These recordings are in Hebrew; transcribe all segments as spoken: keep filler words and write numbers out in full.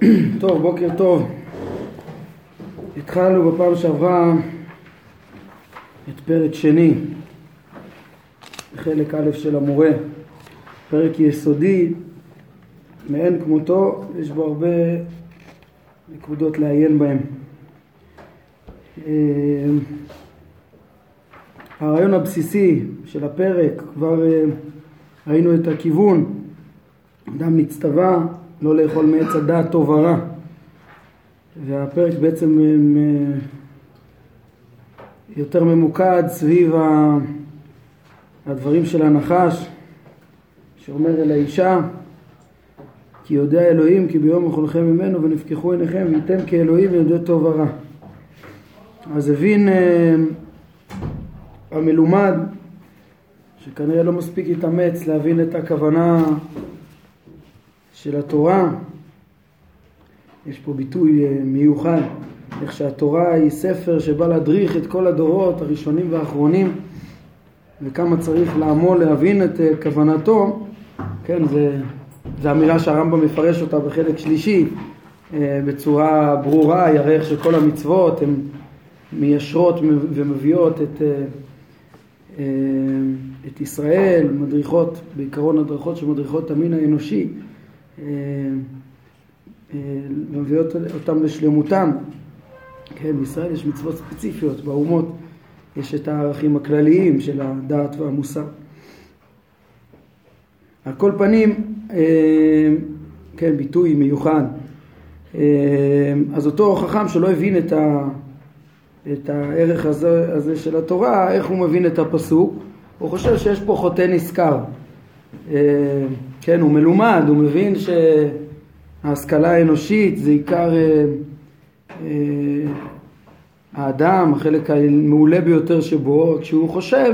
טוב, בוקר טוב. התחלנו בפעם שעברה את פרק שני, חלק א' של המורה, פרק יסודי, מאין כמותו, יש בו הרבה נקודות לעיין בהם. הרעיון הבסיסי של הפרק, כבר ראינו את הכיוון, אדם נצטווה לא לאכול מעץ הדעת טוב ורע, והפרק בעצם יותר ממוקד סביב הדברים של הנחש, שאומר אל האישה, כי יודע אלוהים כי ביום אכולכם ממנו ונפקחו עיניכם וייתם כאלוהים ויודע טוב ורע. אז הבין המלומד שכנראה לא מספיק התאמץ להבין את הכוונה של התורה. יש פה ביטוי מיוחד, איך שהתורה היא ספר שבא להדריך את כל הדורות הראשונים והאחרונים, וכמה צריך לעמול להבין את כוונתו. כן, זה, זה אמירה שהרמב"ם מפרש אותה בחלק שלישי בצורה ברורה, יראה איך שכל המצוות הן מיישרות ומביאות את, את ישראל, מדריכות, בעיקרון הדרכות שמדריכות את המין האנושי, ומביאות אותם לשלמותם. כן, בישראל יש מצוות ספציפיות, באומות יש את הערכים הכלליים של הדעת והמוסר. על כל פנים, כן, ביטוי מיוחד. אז אותו חכם שלא הבין את, ה, את הערך הזה, הזה של התורה, איך הוא מבין את הפסוק? הוא חושב שיש פה חוטא נזכר. כן, הוא מלומד, הוא מבין שההשכלה האנושית זה עיקר האדם, החלק המעולה ביותר שבו, כשהוא חושב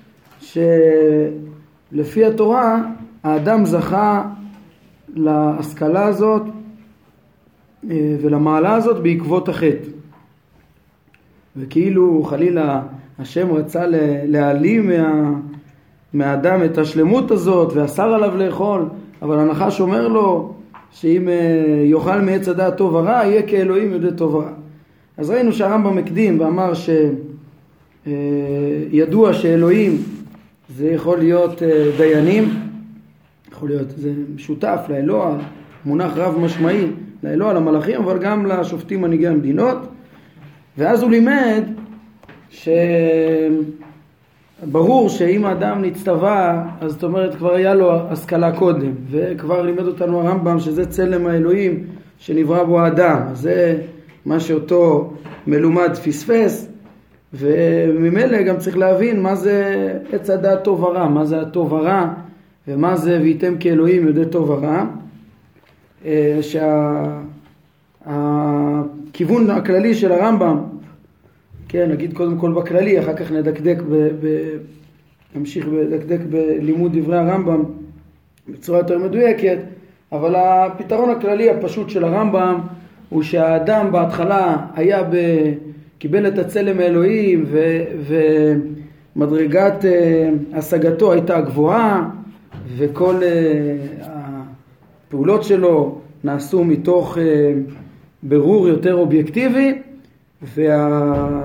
שלפי התורה האדם זכה להשכלה הזאת ולמעלה הזאת בעקבות החטא. וכאילו חלילה השם רצה להעלים מה, מהאדם את השלמות הזאת ואסר עליו לאכול, אבל הנחש אומר לו שאם יאכל מעץ הדעת טוב ורע יהיה כאלוהים יודע טוב ורע. אז ראינו שהרמב"ם מקדים ואמר שידוע שאלוהים זה יכול להיות דיינים, יכול להיות, זה משותף לאלוה, מונח רב משמעי לאלוה, למלאכים, אבל גם לשופטים מנהיגי המדינות. ואז הוא לימד שברור שאם האדם נצטווה, אז זאת אומרת כבר היה לו השכלה קודם, וכבר לימד אותנו הרמב"ם שזה צלם האלוהים שנברא בו האדם. אז זה מה שאותו מלומד פספס, וממילא גם צריך להבין מה זה עץ הדעת טוב ורע, מה זה הטוב ורע, ומה זה וייתם כאלוהים יודע טוב ורע. שהכיוון הכללי של הרמב"ם, כן, נגיד קודם כל בכללי, אחר כך נדקדק ב, ב, נמשיך לדקדק בלימוד דברי הרמב"ם בצורה יותר מדויקת, אבל הפתרון הכללי הפשוט של הרמב"ם הוא שהאדם בהתחלה היה ב, קיבל את הצלם האלוהים ו, ומדרגת השגתו הייתה גבוהה, וכל הפעולות שלו נעשו מתוך ברור יותר אובייקטיבי, וה,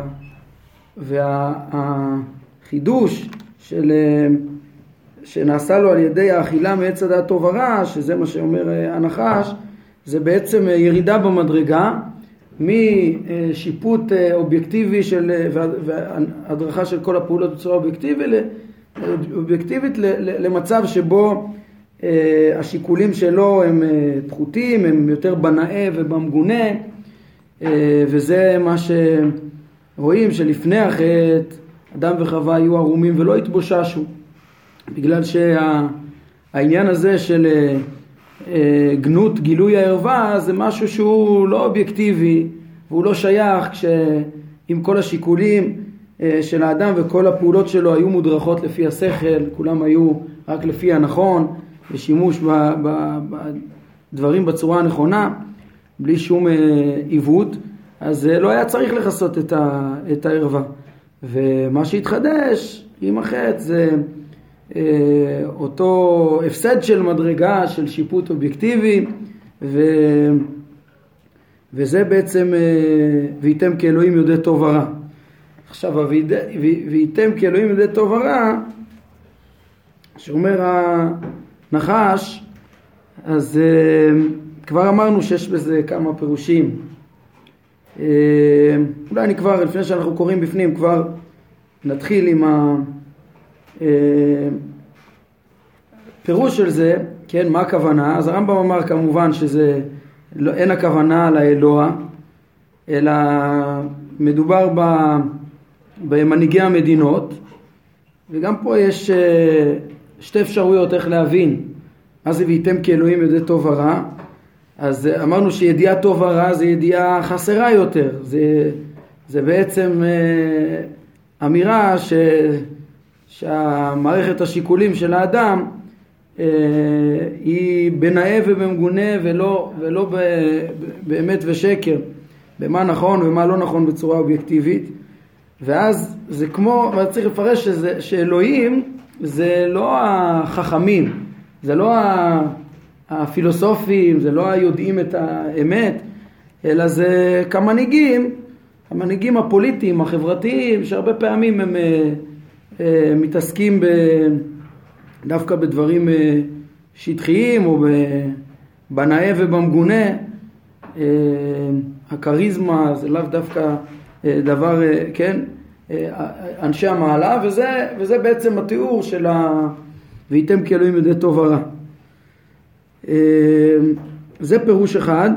והחידוש של, שנעשה לו על ידי האכילה מעץ הדעת טוב ורע, שזה מה שאומר הנחש, זה בעצם ירידה במדרגה משיפוט אובייקטיבי של, והדרכה של כל הפעולות בצורה אובייקטיבית, אובייקטיבית למצב שבו השיקולים שלו הם פחותים, הם יותר בנאה ובמגונה, וזה מה שרואים שלפני החטא אדם וחווה היו ערומים ולא התבוששו, בגלל שהעניין הזה של גנות גילוי הערווה זה משהו שהוא לא אובייקטיבי והוא לא שייך, כשעם כל השיקולים של האדם וכל הפעולות שלו היו מודרכות לפי השכל, כולם היו רק לפי הנכון ושימוש בדברים בצורה הנכונה בלי שום עיוות, אז לא היה צריך לחסות את הערווה. ומה שהתחדש עם החטא זה אותו הפסד של מדרגה של שיפוט אובייקטיבי, ו... וזה בעצם וייתם כאלוהים יודע טוב ורע. עכשיו וייתם כאלוהים יודע טוב ורע, שאומר הנחש, אז כבר אמרנו שיש בזה כמה פירושים. אולי אני כבר, לפני שאנחנו קוראים בפנים, כבר נתחיל עם הפירוש של זה, כן, מה הכוונה? אז הרמב"ם אמר כמובן שזה, לא, אין הכוונה לאלוה, אלא מדובר ב, במנהיגי המדינות, וגם פה יש שתי אפשרויות איך להבין מה זה וייתם כאלוהים יודע טוב ורע. אז אמרנו שידיעה טוב ורע זה ידיעה חסרה יותר, זה, זה בעצם אה, אמירה ש, שהמערכת השיקולים של האדם אה, היא בנאה ובמגונה ולא, ולא ב, באמת ושקר, במה נכון ומה לא נכון בצורה אובייקטיבית. ואז זה כמו, צריך לפרש שזה, שאלוהים זה לא החכמים, זה לא הפילוסופים, זה לא היודעים את האמת, אלא זה כמנהיגים, המנהיגים הפוליטיים, החברתיים, שהרבה פעמים הם מתעסקים דווקא בדברים שטחיים או בנאה ובמגונה. הכריזמה זה לאו דווקא דבר, כן, אנשי המעלה, וזה, וזה בעצם התיאור של ה... וייתם כאלוהים יודע טוב ורע. זה פירוש אחד.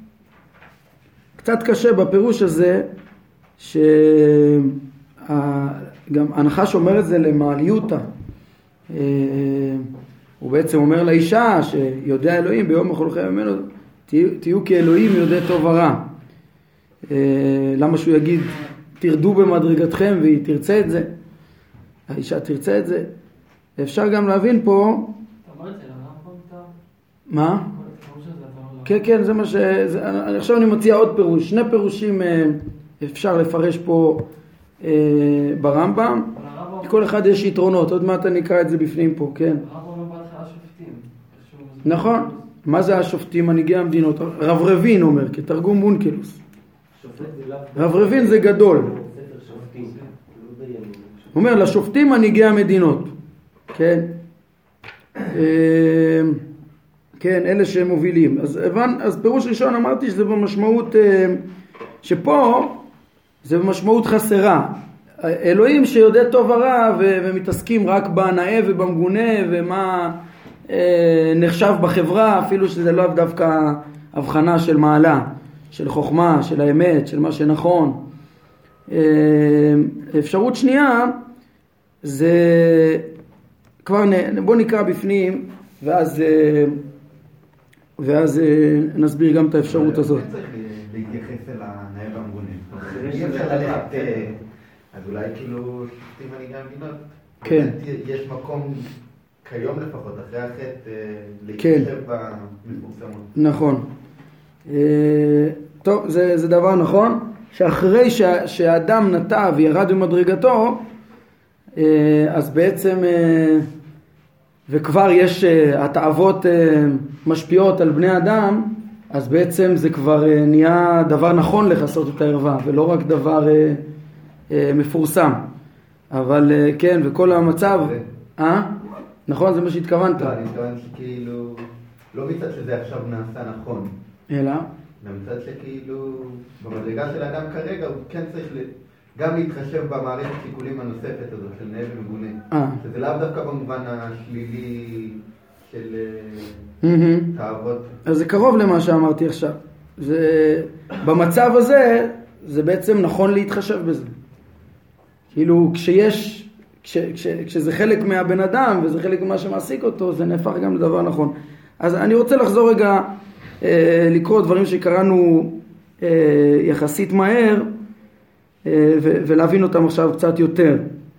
קצת קשה בפירוש הזה, שגם הנחש אומר את זה למעליותה. הוא בעצם אומר לאישה שיודע אלוהים ביום אכולכם ממנו, תהיו, תהיו כאלוהים יודע טוב ורע. למה שהוא יגיד תרדו במדרגתכם והיא תרצה את זה, האישה תרצה את זה. אפשר גם להבין פה מה? כן, כן, זה מה ש... עכשיו אני מציע עוד פירוש, שני פירושים אפשר לפרש פה ברמב"ם, כל אחד יש יתרונות, עוד מעט אני אקרא את זה בפנים פה, כן. נכון, מה זה השופטים, מנהיגי המדינות? רברבין אומר, כתרגום מונקלוס. רברבין זה גדול. הוא אומר לשופטים מנהיגי המדינות, כן. כן, אלה שהם מובילים. אז הבנ... אז פירוש ראשון אמרתי שזה במשמעות, שפה זה במשמעות חסרה. אלוהים שיודע טוב ורע ו... ומתעסקים רק בנאה ובמגונה ומה אה, נחשב בחברה, אפילו שזה לא דווקא הבחנה של מעלה, של חוכמה, של האמת, של מה שנכון. אה, אפשרות שנייה זה, כבר נ... בוא נקרא בפנים ואז... אה, ואז נסביר גם את האפשרות הזאת. צריך להתייחס אל הנאה והמגונים. אי אפשר ללכת, אז אולי כאילו שופטים מנהיגי המדינות, כן. יש מקום כיום לפחות, אחרי החטא, להתייחס במפורסמות. נכון. טוב, זה, זה דבר נכון, שאחרי שה, שהאדם נטע וירד במדרגתו, אז בעצם... וכבר יש התאוות משפיעות על בני אדם, אז בעצם זה כבר נהיה דבר נכון לחסות את הערווה, ולא רק דבר מפורסם. אבל כן, וכל המצב... אה? נכון, זה מה שהתכוונת. לא, אני מתכוון שכאילו... לא מצד שזה עכשיו נעשה נכון. אלא? מצד שכאילו... במדרגה של האדם כרגע הוא כן צריך... גם להתחשב במערכת שיקולים הנוספת הזאת של נאה ומגונה. שזה לאו דווקא במובן השלילי של תאוות. אז זה קרוב למה שאמרתי עכשיו. זה, במצב הזה, זה בעצם נכון להתחשב בזה. כאילו, כשיש, כש, כש, כשזה חלק מהבן אדם, וזה חלק ממה שמעסיק אותו, זה נהפך גם לדבר נכון. אז אני רוצה לחזור רגע, אה, לקרוא דברים שקראנו אה, יחסית מהר, ולהבין אותם עכשיו קצת יותר.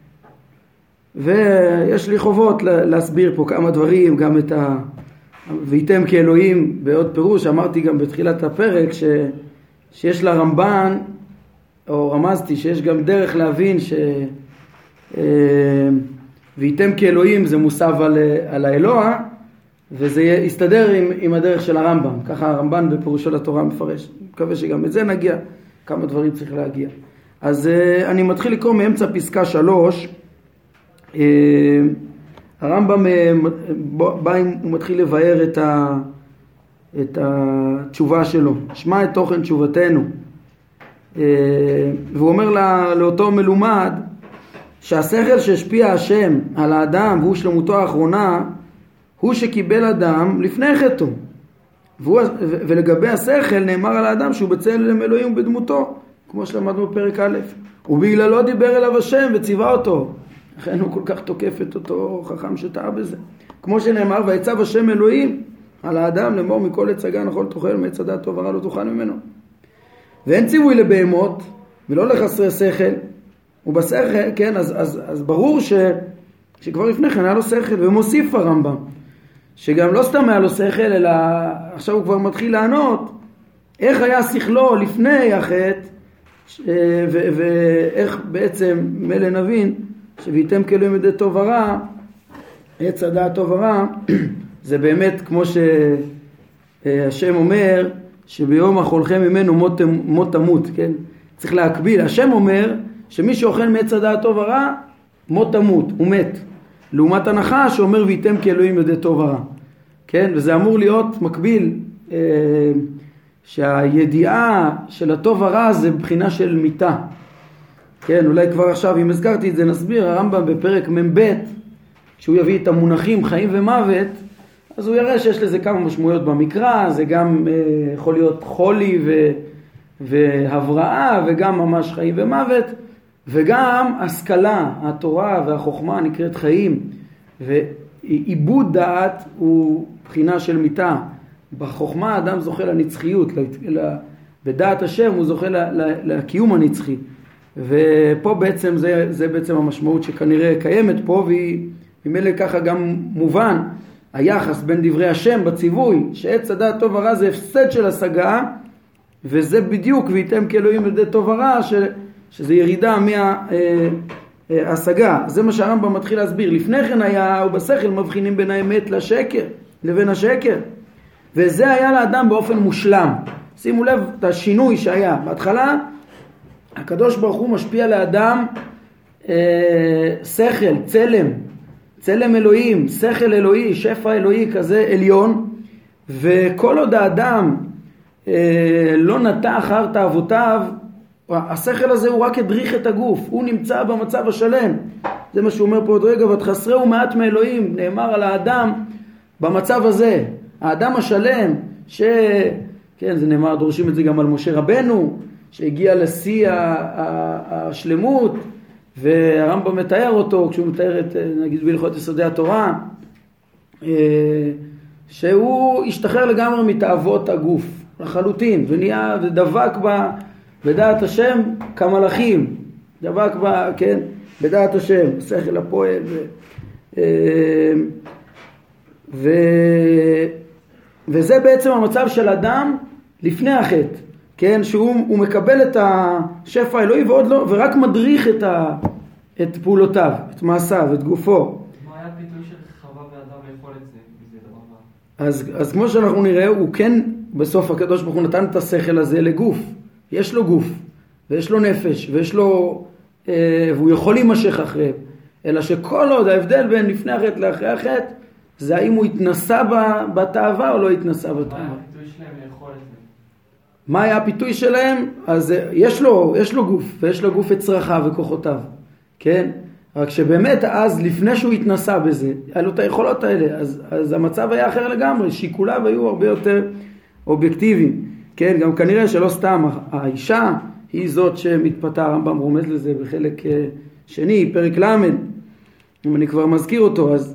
ויש לי חובות להסביר פה כמה דברים, גם את ה... וייתם כאלוהים בעוד פירוש, אמרתי גם בתחילת הפרק ש... שיש לרמב"ן, או רמזתי שיש גם דרך להבין ש... וייתם כאלוהים זה מוסב על, על האלוה, וזה יסתדר עם, עם הדרך של הרמב"ם, ככה הרמב"ן בפירושו לתורה מפרש. אני מקווה שגם את זה נגיע, כמה דברים צריך להגיע. אז אני מתחיל לקרוא מאמצע פסקה שלוש, הרמב"ם בא, הוא מתחיל לבאר את, ה, את התשובה שלו, שמע את תוכן תשובתנו, והוא אומר לה, לאותו מלומד, שהשכל שהשפיע השם על האדם והוא שלמותו האחרונה, הוא שקיבל אדם לפני חטאו, והוא, ולגבי השכל נאמר על האדם שהוא בצלם אלוהים בדמותו, כמו שלמדנו בפרק א', ובגללו דיבר אליו השם וציווה אותו, לכן הוא כל כך תוקף את אותו חכם שטעה בזה, כמו שנאמר ויצב השם אלוהים על האדם לאמור מכל עץ הגן אכול תאכל מעץ הדעת טוב ורע לא תאכל ממנו. ואין ציווי לבהמות ולא לחסרי שכל, ובשכל, כן, אז, אז, אז ברור ש, שכבר לפני כן היה לו שכל, ומוסיף הרמב"ם שגם לא סתם היה לו שכל, אלא עכשיו הוא כבר מתחיל לענות איך היה שכלו לפני החטא, ואיך בעצם מלא נבין שוויתם כאלוהים ידי טוב ורע, עץ הדעת טוב ורע, זה באמת כמו שהשם אומר שביום אכולכם ממנו מות, מות תמות, כן? צריך להקביל, השם אומר שמי שאוכל מעץ הדעת טוב ורע מות תמות, הוא מת, לעומת הנחש שאומר ויתם כאלוהים ידי טוב ורע, כן? וזה אמור להיות מקביל, אה, שהידיעה של הטוב ורע זה בחינה של מיתה, כן? אולי כבר עכשיו אם הזכרתי את זה נסביר, הרמב"ם בפרק מב' שהוא יביא את המונחים חיים ומוות, אז הוא יראה שיש לזה כמה משמעויות במקרא, זה גם אה, יכול להיות חולי ו, והבראה וגם ממש חיים ומוות, וגם השכלה, התורה והחוכמה נקראת חיים, ועיבוד דעת הוא בחינה של מיתה. בחוכמה האדם זוכה לנצחיות, בדעת השם הוא זוכה לקיום הנצחי, ופה בעצם זה, זה בעצם המשמעות שכנראה קיימת פה, והיא ממילא ככה גם מובן היחס בין דברי השם בציווי שעץ הדעת טוב ורע זה הפסד של השגה, וזה בדיוק ויתם כאלוהים ידי טוב ורע ש, שזה ירידה מההשגה. זה מה שהרמב"ם מתחיל להסביר. לפני כן היה ובשכל מבחינים בין האמת לשקר לבין השקר, וזה היה לאדם באופן מושלם. שימו לב את השינוי שהיה בהתחלה. הקדוש ברוך הוא משפיע לאדם אה, שכל, צלם צלם אלוהים, שכל אלוהי, שפע אלוהי כזה עליון, וכל עוד האדם אה, לא נטע אחר תאוותיו, השכל הזה הוא רק הדריך את הגוף, הוא נמצא במצב השלם. זה מה שהוא אומר פה עוד רגע, ותחסרהו מעט מאלוהים, נאמר על האדם במצב הזה, האדם השלם, ש... כן, זה נאמר, דורשים את זה גם על משה רבנו, שהגיע לשיא השלמות, והרמב"ם מתאר אותו כשהוא מתאר את, נגיד בהלכות יסודי התורה, שהוא השתחרר לגמרי מתאוות הגוף לחלוטין, ונהיה ודבק בה בדעת השם כמלאכים, דבק בה, כן, בדעת השם, שכל הפועל, ו, ו, וזה בעצם המצב של אדם לפני החטא, כן, שהוא מקבל את השפע האלוהי ועוד לא, ורק מדריך את, ה, את פעולותיו, את מעשיו, את גופו. מה היה ביטוי של חווה ואדם לאכול את זה? אז, אז כמו שאנחנו נראה, הוא כן, בסוף הקדוש ברוך הוא נתן את השכל הזה לגוף. יש לו גוף, ויש לו נפש, ויש לו, אה, והוא יכול להימשך אחריו. אלא שכל עוד ההבדל בין לפני החטא לאחרי החטא, זה האם הוא התנסה בתאווה או לא התנסה בתאווה. מה היה הביטוי שלהם לאכול את זה? מה היה הפיתוי שלהם? אז יש לו, יש לו גוף, ויש לו גוף את צרכיו וכוחותיו, כן? רק שבאמת אז לפני שהוא התנסה בזה, היה לו את היכולות האלה, אז, אז המצב היה אחר לגמרי, שיקוליו היו הרבה יותר אובייקטיביים, כן? גם כנראה שלא סתם, האישה היא זאת שמתפתה, הרמב"ם רומז לזה בחלק שני, פרק למד, אם אני כבר מזכיר אותו, אז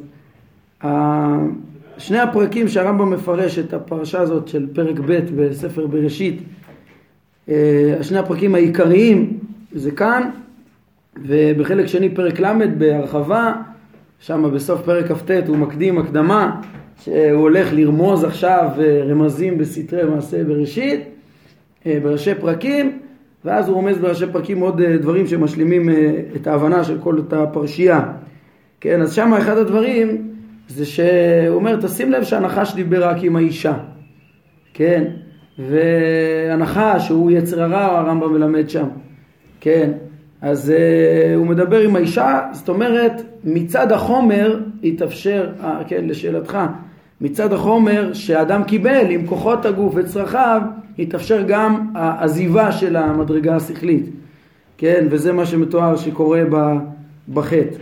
שני הפרקים שהרמב"ם מפרש את הפרשה הזאת של פרק ב' בספר בראשית, שני הפרקים העיקריים זה כאן, ובחלק שני פרק למד בהרחבה, שם בסוף פרק כ"ט הוא מקדים הקדמה, שהוא הולך לרמוז עכשיו רמזים בסתרי מעשה בראשית, בראשי פרקים, ואז הוא רומז בראשי פרקים עוד דברים שמשלימים את ההבנה של כל אותה פרשייה. כן, אז שם אחד הדברים זה שהוא אומר, תשים לב שהנחש דיבר רק עם האישה, כן, והנחש הוא יצר הרע, הרמב"ם מלמד שם, כן, אז uh, הוא מדבר עם האישה, זאת אומרת, מצד החומר התאפשר, uh, כן, לשאלתך, מצד החומר שהאדם קיבל עם כוחות הגוף וצרכיו, התאפשר גם העזיבה של המדרגה השכלית, כן, וזה מה שמתואר שקורה בחטא.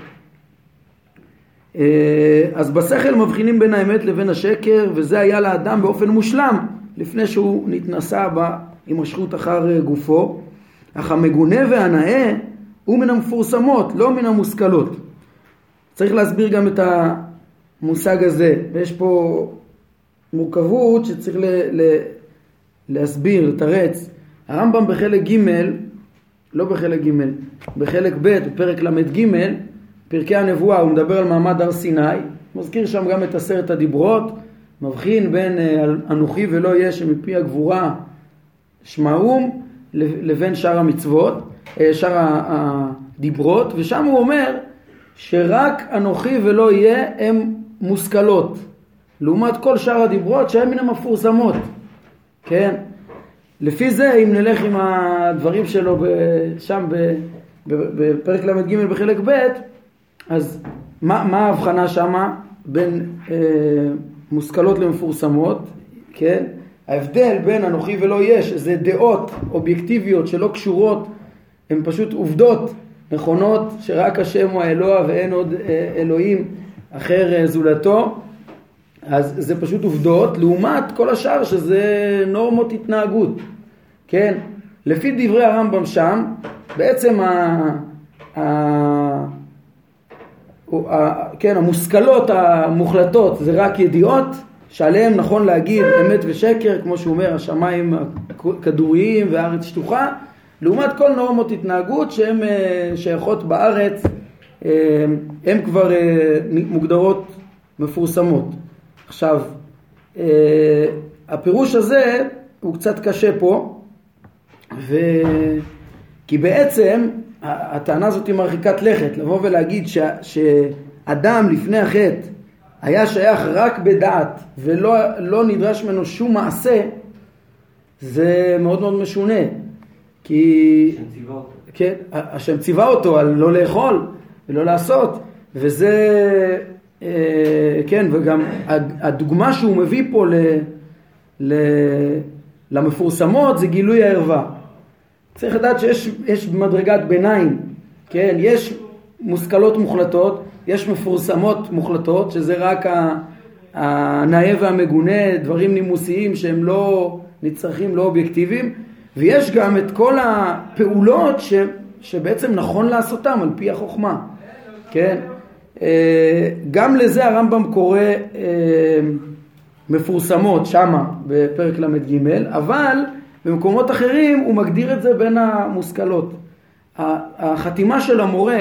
אז בשכל מבחינים בין האמת לבין השקר, וזה היה לאדם באופן מושלם לפני שהוא נתנסה בהימשכות אחר גופו. אך המגונה והנאה הוא מן המפורסמות, לא מן המושכלות. צריך להסביר גם את המושג הזה, ויש פה מורכבות שצריך ל, ל, להסביר, לתרץ. הרמב"ם בחלק ג', לא בחלק ג', בחלק ב', בפרק למד ג', פרקי הנבואה, הוא מדבר על מעמד הר סיני, מזכיר שם גם את עשרת הדיברות, מבחין בין אנוכי ולא יהיה שמפי הגבורה שמעום, לבין שאר המצוות, שאר הדיברות, ושם הוא אומר שרק אנוכי ולא יהיה הם מושכלות, לעומת כל שאר הדיברות שהם מן המפורסמות, כן? לפי זה, אם נלך עם הדברים שלו שם בפרק למד ג' בחלק ב', אז מה, מה ההבחנה שמה בין אה, מושכלות למפורסמות, כן? ההבדל בין אנוכי ולא יש, זה דעות אובייקטיביות שלא קשורות, הן פשוט עובדות נכונות, שרק השם הוא האלוה ואין עוד אה, אלוהים אחר אה, זולתו, אז זה פשוט עובדות, לעומת כל השאר שזה נורמות התנהגות, כן? לפי דברי הרמב"ם שם, בעצם ה... ה... כן, המושכלות המוחלטות זה רק ידיעות שעליהם נכון להגיד אמת ושקר, כמו שהוא אומר, השמיים כדוריים והארץ שטוחה, לעומת כל נורמות התנהגות שהן שייכות בארץ, הן כבר מוגדרות מפורסמות. עכשיו, הפירוש הזה הוא קצת קשה פה, ו... כי בעצם הטענה הזאת היא מרחיקת לכת, לבוא ולהגיד ש... שאדם לפני החטא היה שייך רק בדעת ולא לא נדרש ממנו שום מעשה, זה מאוד מאוד משונה. כי השם ציווה אותו. כן, השם ציווה אותו על לא לאכול ולא לעשות, וזה כן, וגם הדוגמה שהוא מביא פה ל... ל... למפורסמות זה גילוי הערווה. צריך לדעת שיש יש מדרגת ביניים, כן? יש מושכלות מוחלטות, יש מפורסמות מוחלטות, שזה רק הנאה והמגונה, דברים נימוסיים שהם לא נצרכים, לא אובייקטיביים, ויש גם את כל הפעולות ש, שבעצם נכון לעשותם על פי החוכמה, כן? גם לזה הרמב"ם קורא מפורסמות שמה בפרק למד ג', אבל במקומות אחרים הוא מגדיר את זה בין המושכלות. החתימה של המורה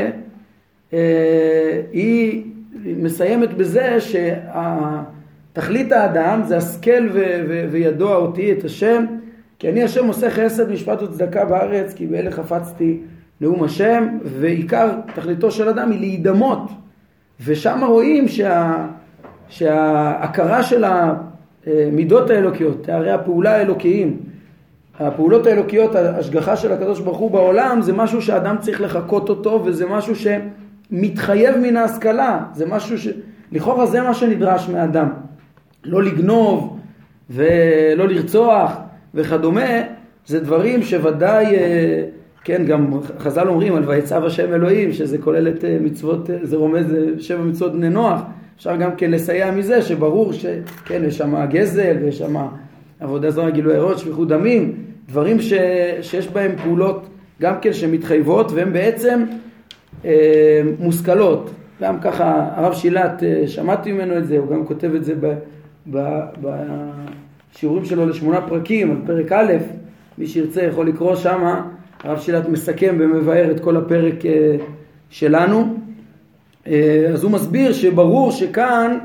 היא מסיימת בזה שתכלית האדם זה השכל וידוע אותי את השם, כי אני השם עושה חסד משפט וצדקה בארץ, כי באלה חפצתי נאום השם, ועיקר תכליתו של אדם היא להידמות, ושם רואים שה, שההכרה של המידות האלוקיות, תארי הפעולה האלוקיים, הפעולות האלוקיות, ההשגחה של הקדוש ברוך הוא בעולם, זה משהו שאדם צריך לחכות אותו, וזה משהו שמתחייב מן ההשכלה, זה משהו ש... לכאורה זה מה שנדרש מאדם, לא לגנוב ולא לרצוח וכדומה, זה דברים שוודאי, כן, גם חז"ל אומרים על ויצב השם אלוהים, שזה כולל את מצוות, זה רומז שבע מצוות בני נוח, אפשר גם כן לסייע מזה שברור שכן, יש שם גזל ויש שם עבודה זרה, גילוי עריות, שפיכות דמים, דברים ש, שיש בהם פעולות גם כן שמתחייבות, והן בעצם אה, מושכלות. גם ככה הרב שילת, אה, שמעתי ממנו את זה, הוא גם כותב את זה ב, ב, בשיעורים שלו לשמונה פרקים, על פרק א', מי שירצה יכול לקרוא שמה, הרב שילת מסכם ומבאר את כל הפרק אה, שלנו. אה, אז הוא מסביר שברור שכאן,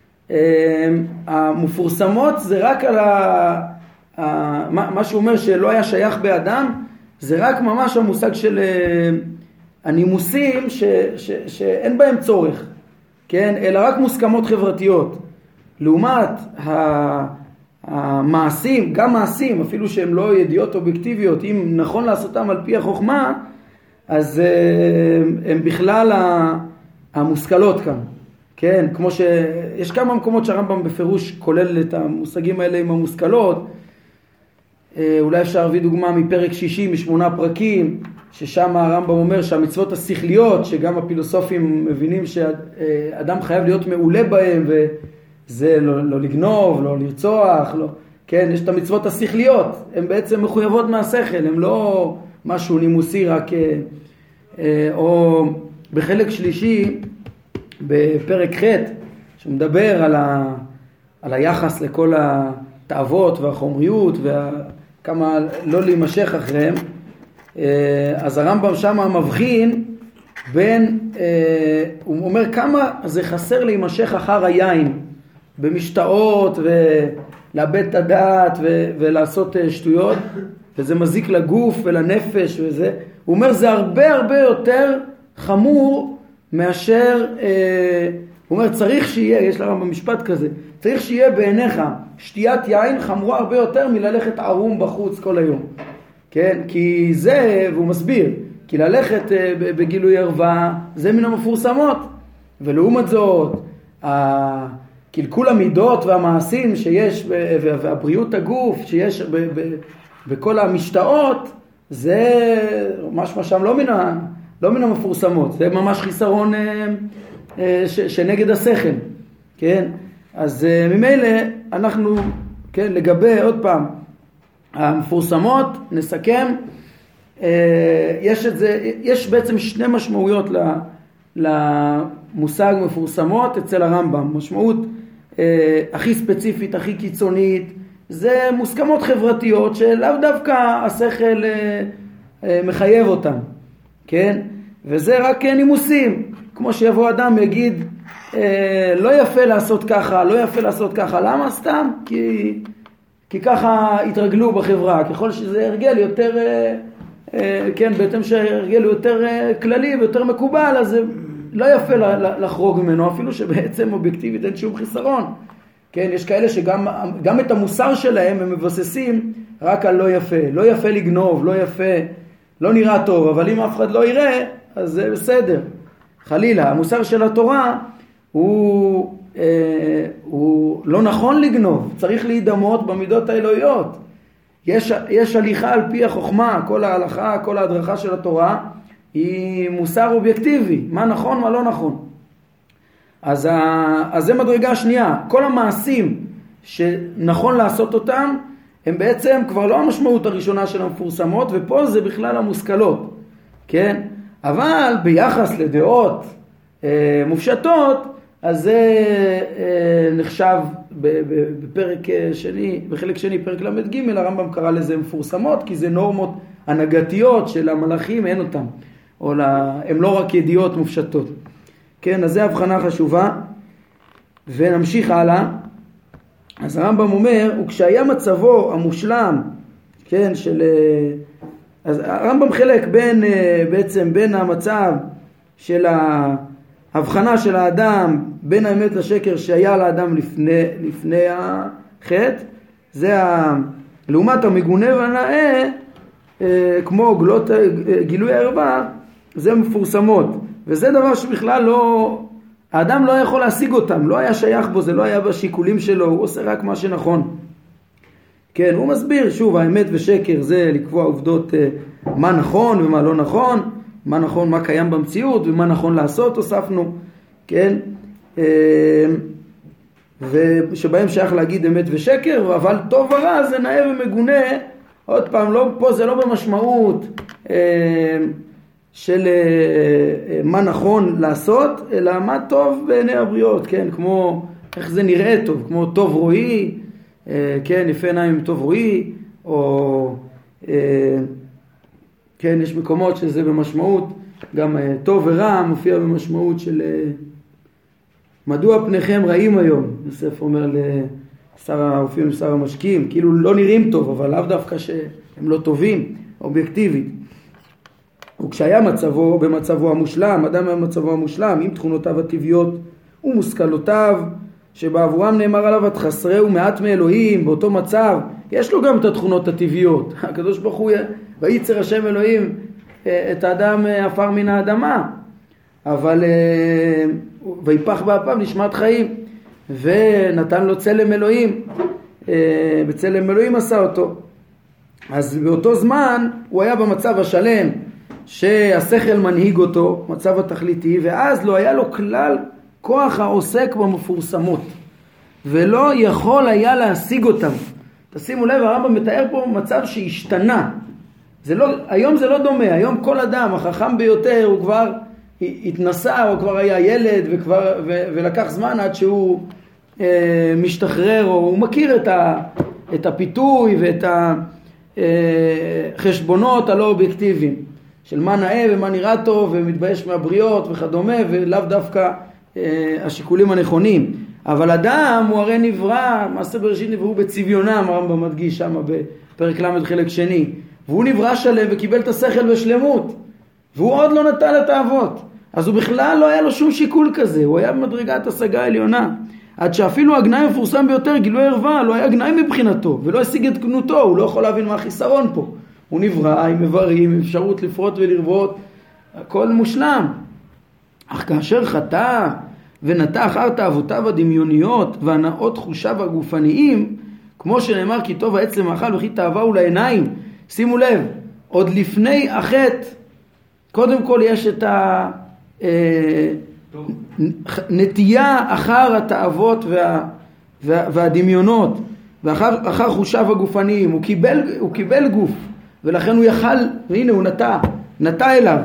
המפורסמות זה רק על ה... מה שהוא אומר שלא היה שייך באדם, זה רק ממש המושג של הנימוסים ש... ש... שאין בהם צורך, כן, אלא רק מוסכמות חברתיות. לעומת המעשים, גם מעשים, אפילו שהם לא ידיעות אובייקטיביות, אם נכון לעשותם על פי החוכמה, אז הם בכלל המושכלות כאן. כן, כמו שיש כמה מקומות שהרמב"ם בפירוש כולל את המושגים האלה עם המושכלות. אולי אפשר להביא דוגמה מפרק שישי משמונה פרקים, ששם הרמב"ם אומר שהמצוות השכליות, שגם הפילוסופים מבינים שאדם חייב להיות מעולה בהם, וזה לא, לא לגנוב, לא לרצוח, לא, כן, יש את המצוות השכליות, הן בעצם מחויבות מהשכל, הן לא משהו נימוסי רק, או בחלק שלישי, בפרק ח' שמדבר על, ה, על היחס לכל התאוות והחומריות וכמה לא להימשך אחריהם, אז הרמב"ם שם מבחין בין, הוא אומר כמה זה חסר להימשך אחר היין במשתאות ולאבד את הדעת ולעשות שטויות, וזה מזיק לגוף ולנפש וזה. הוא אומר זה הרבה הרבה יותר חמור מאשר, הוא אומר צריך שיהיה, יש לרמב"ם משפט כזה, צריך שיהיה בעיניך שתיית יין חמורה הרבה יותר מללכת ערום בחוץ כל היום. כן, כי זה, והוא מסביר, כי ללכת בגילוי ערווה זה מן המפורסמות, ולעומת זאת קלקול המידות והמעשים שיש והבריאות הגוף שיש ב, ב, בכל המשתאות, זה משמע שם לא מן, ה, לא מן המפורסמות, זה ממש חיסרון ש, שנגד השכל. כן, אז ממילא אנחנו, כן, לגבי עוד פעם המפורסמות, נסכם, יש את זה, יש בעצם שני משמעויות למושג מפורסמות אצל הרמב"ם. משמעות הכי ספציפית, הכי קיצונית, זה מוסכמות חברתיות שלאו דווקא השכל מחייב אותן, כן? וזה רק נימוסים, כמו שיבוא אדם יגיד לא יפה לעשות ככה, לא יפה לעשות ככה, למה? סתם כי כי ככה התרגלו בחברה. ככל שזה הרגל יותר, כן, בהתאם שהרגל יותר כללי ויותר מקובל, אז זה לא יפה לחרוג ממנו, אפילו שבעצם אובייקטיבית אין שום חיסרון. כן, יש כאלה שגם גם את המוסר שלהם הם מבססים רק על לא יפה. לא יפה לגנוב, לא יפה, לא נראה טוב, אבל אם אף אחד לא יראה, אז זה בסדר. חלילה, המוסר של התורה הוא אה, הוא לא נכון לגנוב, צריך להידמות במידות האלוהיות. יש, יש הליכה על פי החוכמה, כל ההלכה, כל ההדרכה של התורה היא מוסר אובייקטיבי, מה נכון, מה לא נכון. אז, ה, אז זה מדרגה שנייה. כל המעשים שנכון לעשות אותם הם בעצם כבר לא המשמעות הראשונה של המפורסמות, ופה זה בכלל המושכלות, כן? אבל ביחס לדעות אה, מופשטות, אז זה אה, נחשב בפרק שני, בחלק שני, פרק למד ג', הרמב"ם קרא לזה מפורסמות, כי זה נורמות הנהגתיות של המלאכים, אין אותם, או לה, הם לא רק ידיעות מופשטות. כן, אז זה הבחנה חשובה, ונמשיך הלאה. אז הרמב"ם אומר, וכשהיה מצבו המושלם, כן, של, אז הרמב"ם חלק בין, בעצם בין המצב של ההבחנה של האדם, בין האמת לשקר שהיה לאדם לפני, לפני החטא, זה ה, לעומת המגונה והנאה, כמו גלות, גילוי הערווה, זה מפורסמות, וזה דבר שבכלל לא, האדם לא יכול להשיג אותם, לא היה שייך בו, זה לא היה בשיקולים שלו, הוא עושה רק מה שנכון. כן, הוא מסביר, שוב, האמת ושקר זה לקבוע עובדות מה נכון ומה לא נכון, מה נכון, מה קיים במציאות ומה נכון לעשות, הוספנו, כן, ושבהם שייך להגיד אמת ושקר, אבל טוב ורע זה נאה ומגונה, עוד פעם, לא, פה זה לא במשמעות של מה נכון לעשות, אלא מה טוב בעיני הבריות, כן, כמו איך זה נראה טוב, כמו טוב רואי, כן, יפה עיניים טוב רואי, או כן, יש מקומות שזה במשמעות, גם טוב ורע מופיע במשמעות של מדוע פניכם רעים היום, יוסף אומר לשר האופים ושר המשקים, כאילו לא נראים טוב, אבל לאו דווקא שהם לא טובים, אובייקטיבית. וכשהיה מצבו במצבו המושלם, אדם במצבו המושלם, עם תכונותיו הטבעיות ומושכלותיו, שבעבורם נאמר עליו את חסרהו מעט מאלוהים. באותו מצב יש לו גם את התכונות הטבעיות. הקדוש ברוך הוא וייצר השם אלוהים את האדם עפר מן האדמה, אבל ויפח באפיו נשמת חיים, ונתן לו צלם אלוהים, בצלם אלוהים עשה אותו. אז באותו זמן הוא היה במצב השלם שהשכל מנהיג אותו, מצב התכליתי, ואז לא היה לו כלל כוח העוסק במפורסמות, ולא יכול היה להשיג אותם. תשימו לב, הרמב"ם מתאר פה מצב שהשתנה. זה לא, היום זה לא דומה. היום כל אדם החכם ביותר הוא כבר התנסה, הוא כבר היה ילד וכבר, ו, ולקח זמן עד שהוא אה, משתחרר, או הוא מכיר את, ה, את הפיתוי ואת החשבונות הלא אובייקטיביים של מה נאה ומה נראה טוב ומתבייש מהבריות וכדומה, ולאו דווקא אה, השיקולים הנכונים. אבל אדם הוא הרי נברא, מעשה בראשית נבראו בצביונם, הרמב"ם מדגיש שם בפרק למד חלק שני, והוא נברא שלם וקיבל את השכל בשלמות, והוא עוד לא נטל את האבות. אז הוא בכלל לא היה לו שום שיקול כזה, הוא היה במדרגת השגה העליונה, עד שאפילו הגנאי המפורסם ביותר, גילוי ערווה, לא היה גנאי מבחינתו ולא השיג את גנותו. הוא לא יכול להבין מה החיסרון פה. הוא נברא עם איברים, עם אפשרות לפרוט ולרבות, הכל מושלם. אך כאשר חטא ונטע אחר תאוותיו הדמיוניות והנאות חושיו הגופניים, כמו שנאמר כי טוב העץ למאכל וכי תאווה הוא לעיניים. שימו לב, עוד לפני החטא קודם כל יש את הנטייה אחר התאוות וה, וה, והדמיונות ואחר אחר חושיו הגופניים. הוא קיבל, הוא קיבל גוף, ולכן הוא יכל, והנה הוא נטע, נטע אליו,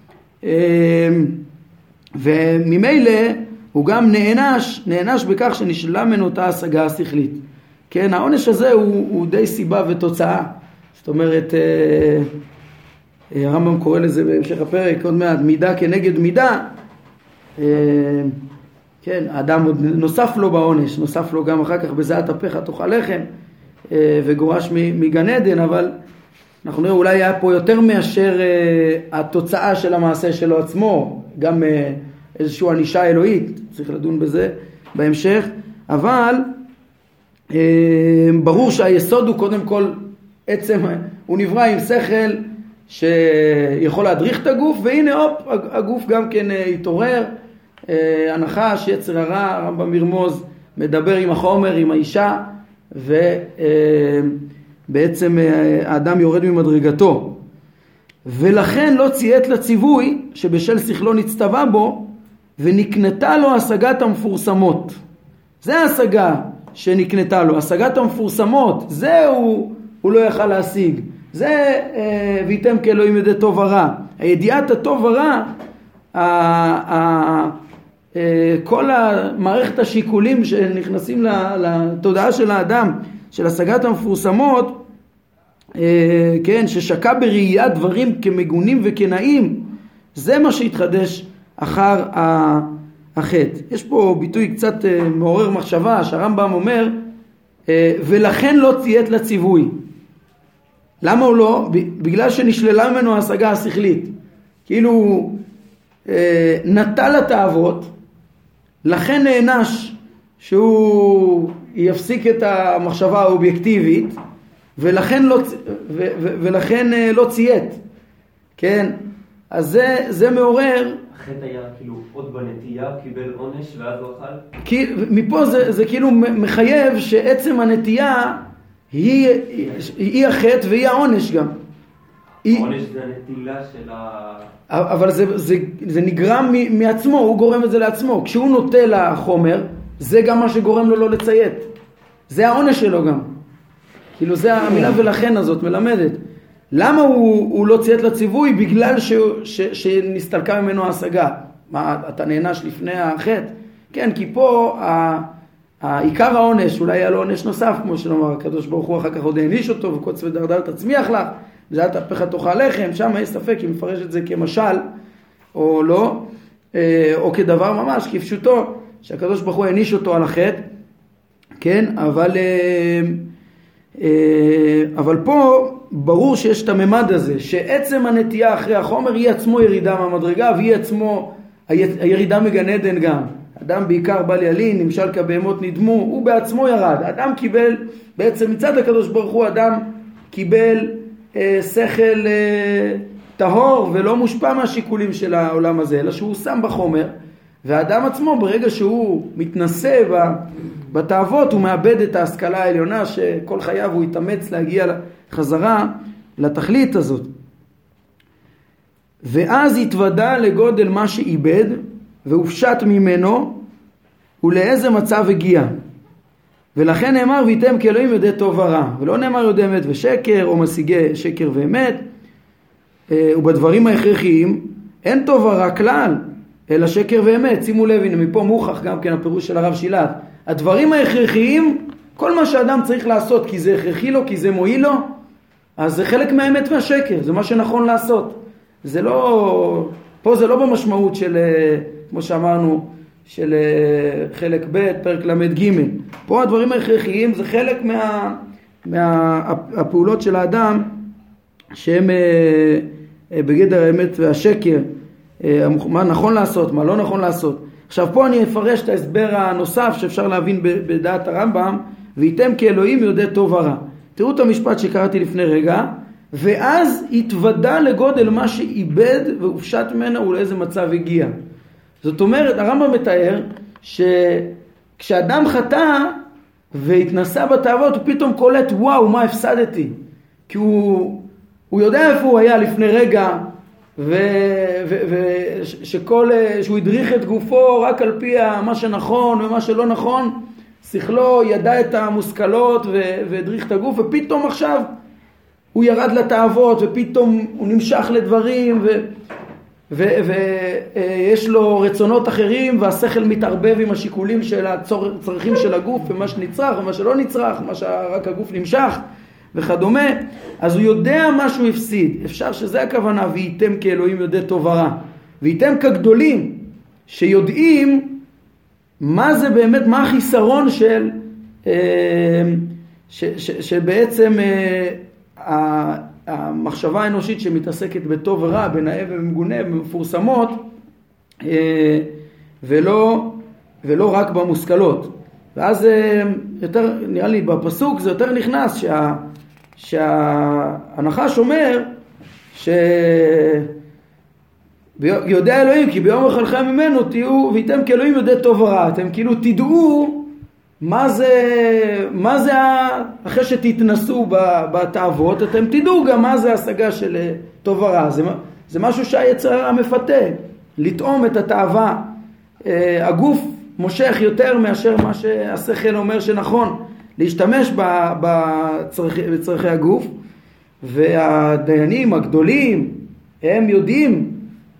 וממילא הוא גם נענש, נענש בכך שנשללה ממנו אותה השגה השכלית. כן, העונש הזה הוא, הוא די סיבה ותוצאה. זאת אומרת, הרמב"ם קורא לזה בהמשך הפרק עוד מעט, מידה כנגד מידה. כן, האדם עוד נוסף לו בעונש, נוסף לו גם אחר כך בזעת אפיך תאכל לחם, וגורש מגן עדן, אבל אנחנו נראה אולי היה פה יותר מאשר התוצאה של המעשה שלו עצמו, גם איזושהי ענישה אלוהית, צריך לדון בזה בהמשך. אבל ברור שהיסוד הוא קודם כל עצם, הוא נברא עם שכל שיכול להדריך את הגוף, והנה הופ, הגוף גם כן התעורר. הנחש, יצר הרע, הרמב"ם ירמוז, מדבר עם החומר, עם האישה, ובעצם האדם יורד ממדרגתו. ולכן לא ציית לציווי שבשל שכלו נצטווה בו, ונקנתה לו השגת המפורסמות. זה ההשגה שנקנתה לו, השגת המפורסמות, זה הוא, הוא לא יכל להשיג. זה ויתם כאלוהים ידע טוב ורע. הידיעת הטוב ורע, כל המערכת השיקולים שנכנסים לתודעה של האדם, של השגת המפורסמות, כן, ששקע בראיית דברים כמגונים וכנאים, זה מה שהתחדש אחר החטא. יש פה ביטוי קצת מעורר מחשבה, שהרמב"ם אומר, ולכן לא ציית לציווי. למה הוא לא? בגלל שנשללה ממנו ההשגה השכלית. כאילו נטל התאוות, לכן נענש שהוא יפסיק את המחשבה האובייקטיבית, ולכן לא, ו, ו, ולכן לא ציית. כן? אז זה, זה מעורר. החטא היה כאילו עוד בנטייה, קיבל עונש ואז הוא אכל? כי, מפה זה, זה כאילו מחייב שעצם הנטייה היא, היא החטא והיא העונש גם. העונש זה הנטילה של ה... אבל זה, זה, זה נגרם מעצמו, הוא גורם את זה לעצמו. כשהוא נוטה לחומר, זה גם מה שגורם לו לא לציית. זה העונש שלו גם. כאילו זה המילה ולכן הזאת מלמדת. למה הוא, הוא לא ציית לציווי? בגלל ש, ש, שנסתלקה ממנו ההשגה. מה, אתה נענש לפני החטא? כן, כי פה ה, העיקר העונש, אולי היה לו עונש נוסף, כמו שנאמר, הקדוש ברוך הוא אחר כך עוד העניש אותו, וקוץ ודרדר תצמיח לך, בזעת אפיך תאכל לחם. שם יש ספק אם מפרש את זה כמשל או לא, או כדבר ממש, כפשוטו, שהקדוש ברוך הוא העניש אותו על החטא. כן, אבל, אבל פה ברור שיש את הממד הזה, שעצם הנטייה אחרי החומר היא עצמו ירידה מהמדרגה, והיא עצמו הירידה מגן עדן גם. אדם בעיקר בל ילין, נמשל כבהמות נדמו, הוא בעצמו ירד. אדם קיבל, בעצם מצד הקדוש ברוך הוא, אדם קיבל אה, שכל אה, טהור ולא מושפע מהשיקולים של העולם הזה, אלא שהוא שם בחומר. והאדם עצמו ברגע שהוא מתנסה בתאוות, הוא מאבד את ההשכלה העליונה שכל חייו הוא יתאמץ להגיע חזרה לתכלית הזאת. ואז התוודע לגודל מה שאיבד והופשט ממנו ולאיזה מצב הגיע. ולכן נאמר ויתם כאלוהים יודע טוב ורע, ולא נאמר יודע אמת ושקר או משיגי שקר ואמת. ובדברים ההכרחיים אין טוב ורע כלל, אלא שקר ואמת. שימו לב, הנה מפה מוכח גם כן הפירוש של הרב שילת. הדברים ההכרחיים, כל מה שאדם צריך לעשות כי זה הכרחי לו, כי זה מועיל לו, אז זה חלק מהאמת והשקר, זה מה שנכון לעשות. זה לא, פה זה לא במשמעות של, כמו שאמרנו, של חלק ב' פרק למד ג'. פה הדברים ההכרחיים זה חלק מה, מהפעולות של האדם שהם בגדר האמת והשקר, מה נכון לעשות, מה לא נכון לעשות. עכשיו פה אני אפרש את ההסבר הנוסף שאפשר להבין בדעת הרמב"ם, ויתם כאלוהים יודע טוב ורע. תראו את המשפט שקראתי לפני רגע, ואז התוודע לגודל מה שאיבד והופשט ממנו ולאיזה מצב הגיע. זאת אומרת, הרמב"ם מתאר שכשאדם חטא והתנסה בתאוות, הוא פתאום קולט, וואו, מה הפסדתי? כי הוא, הוא יודע איפה הוא היה לפני רגע, ושכל, שהוא הדריך את גופו רק על פי מה שנכון ומה שלא נכון, שכלו ידע את המושכלות והדריך את הגוף, ופתאום עכשיו הוא ירד לתאוות, ופתאום הוא נמשך לדברים, ו... ויש לו רצונות אחרים, והשכל מתערבב עם השיקולים של הצרכים של הגוף, ומה שנצרך ומה שלא נצרך, מה שרק הגוף נמשך וכדומה. אז הוא יודע מה שהוא הפסיד. אפשר שזה הכוונה, וייתם כאלוהים יודע טוב ורע. וייתם כגדולים שיודעים מה זה באמת, מה החיסרון של ש, ש, שבעצם המחשבה האנושית שמתעסקת בטוב ורע, בנאה ומגונה, במפורסמות, ולא, ולא רק במושכלות. ואז יותר, נראה לי בפסוק זה יותר נכנס שה, שהנחש אומר ש... יודע אלוהים כי ביום אכלכם ממנו תהיו ויתם כאלוהים יודע טוב ורע. אתם כאילו תדעו מה זה, מה זה אחרי שתתנסו בתאוות, אתם תדעו גם מה זה השגה של טוב ורע. זה, זה משהו שהיצר מפתה, לטעום את התאווה. הגוף מושך יותר מאשר מה שהשכל אומר שנכון, להשתמש בצרכי, בצרכי הגוף. והדיינים הגדולים הם יודעים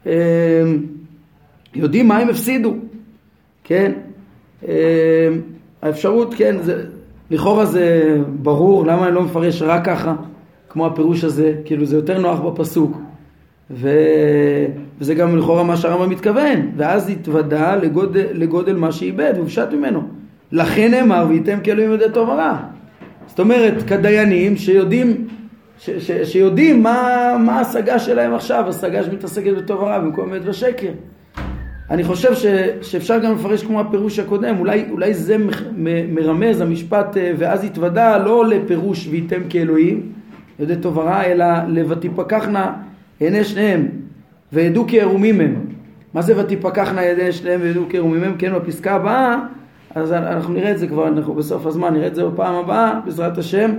יודעים מה הם הפסידו, כן? האפשרות, כן, זה, לכאורה זה ברור, למה אני לא מפרש רק ככה, כמו הפירוש הזה, כאילו זה יותר נוח בפסוק, ו... וזה גם לכאורה מה שהרמב"ם מתכוון, ואז התוודע לגודל, לגודל מה שאיבד, והופשט ממנו. לכן נאמר, וייתם כאלוהים יודע טוב ורע. זאת אומרת, כדיינים שיודעים, ש, ש, שיודעים מה, מה ההשגה שלהם עכשיו, השגה שמתעסקת בטוב ורע במקום אמת ושקר. אני חושב ש, שאפשר גם לפרש כמו הפירוש הקודם, אולי, אולי זה מ, מרמז המשפט ואז התוודע לא לפירוש וייתם כאלוהים, יודע טוב ורע, אלא לבתיפקחנה עיני שניהם וידעו כערומים הם. מה זה ותיפקחנה עיני שניהם וידעו כערומים הם? כן, בפסקה הבאה, אז אנחנו נראה את זה כבר, אנחנו בסוף הזמן נראה את זה בפעם הבאה, בעזרת השם.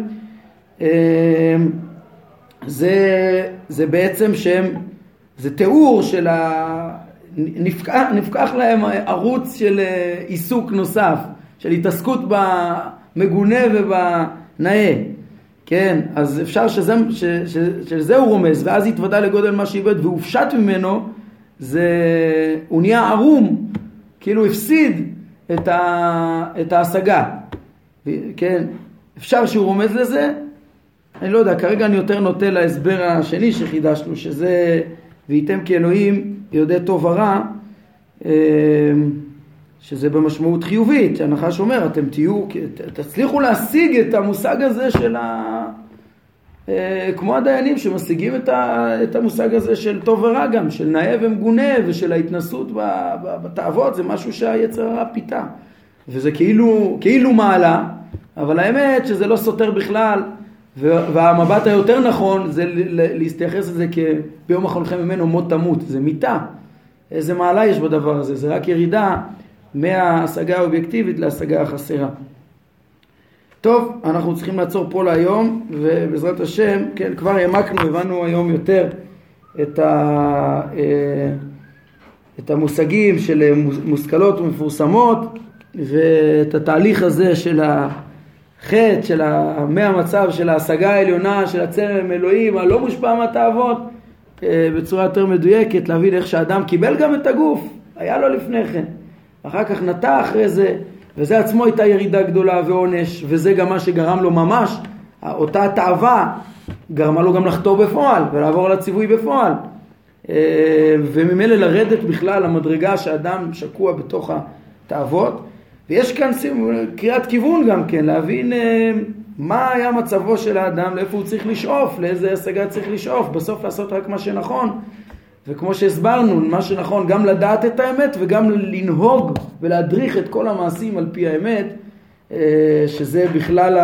זה, זה בעצם שם, זה תיאור של ה... נפקח, נפקח להם ערוץ של עיסוק נוסף, של התעסקות במגונה ובנאה. כן, אז אפשר שזה, ש, ש, שזה הוא רומז, ואז התוודע לגודל מה שאיבד והופשט ממנו, זה, הוא נהיה ערום, כאילו הפסיד את, ה, את ההשגה. כן, אפשר שהוא רומז לזה, אני לא יודע, כרגע אני יותר נוטה להסבר השני שחידשנו, שזה וייתם כאלוהים יודע טוב ורע, שזה במשמעות חיובית, שהנחש אומר, אתם תהיו, תצליחו להשיג את המושג הזה של, ה, כמו הדיינים שמשיגים את המושג הזה של טוב ורע גם, של נאה ומגונה ושל ההתנסות בתאוות, זה משהו שהיצר הרע פיתה. וזה כאילו, כאילו מעלה, אבל האמת שזה לא סותר בכלל, והמבט היותר נכון זה להסתייחס לזה כביום אחרונכם ממנו מות תמות, זה מיתה. איזה מעלה יש בדבר הזה, זה רק ירידה מההשגה האובייקטיבית להשגה החסרה. טוב, אנחנו צריכים לעצור פה להיום, ובעזרת השם, כן, כבר העמקנו, הבנו היום יותר את, ה, את המושגים של מושכלות ומפורסמות, ואת התהליך הזה של החטא, של מהמצב של ההשגה העליונה, של הצלם אלוהים, הלא מושפע מהתאוות, בצורה יותר מדויקת, להבין איך שהאדם קיבל גם את הגוף, היה לו לפני כן, אחר כך נטע אחרי זה, וזה עצמו הייתה ירידה גדולה ועונש, וזה גם מה שגרם לו ממש, אותה תאווה גרמה לו גם לחתור בפועל, ולעבור לציווי בפועל, וממילא לרדת בכלל למדרגה שאדם שקוע בתוך התאוות, ויש כאן קריאת כיוון גם כן, להבין מה היה מצבו של האדם, לאיפה הוא צריך לשאוף, לאיזה השגה צריך לשאוף, בסוף לעשות רק מה שנכון, וכמו שהסברנו, מה שנכון גם לדעת את האמת וגם לנהוג ולהדריך את כל המעשים על פי האמת, שזה בכלל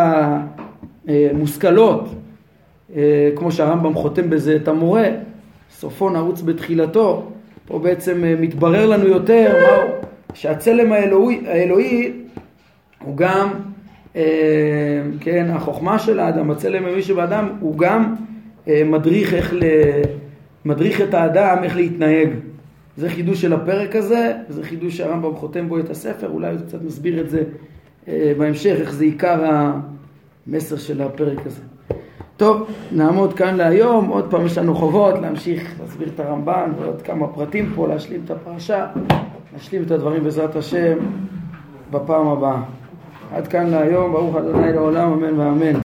המושכלות, כמו שהרמב"ם חותם בזה את המורה, סופו נעוץ בתחילתו, פה בעצם מתברר לנו יותר מהו, שהצלם האלוהי, האלוהי הוא גם, כן, החוכמה של האדם, הצלם האלוהי שבאדם הוא גם מדריך איך ל... מדריך את האדם איך להתנהג. זה חידוש של הפרק הזה, זה חידוש שהרמב"ם חותם בו את הספר, אולי הוא קצת מסביר את זה אה, בהמשך, איך זה עיקר המסר של הפרק הזה. טוב, נעמוד כאן להיום, עוד פעם יש לנו חובות להמשיך להסביר את הרמב"ן ועוד כמה פרטים פה, להשלים את הפרשה, להשלים את הדברים בעזרת השם בפעם הבאה. עד כאן להיום, ברוך ה' לעולם, אמן ואמן.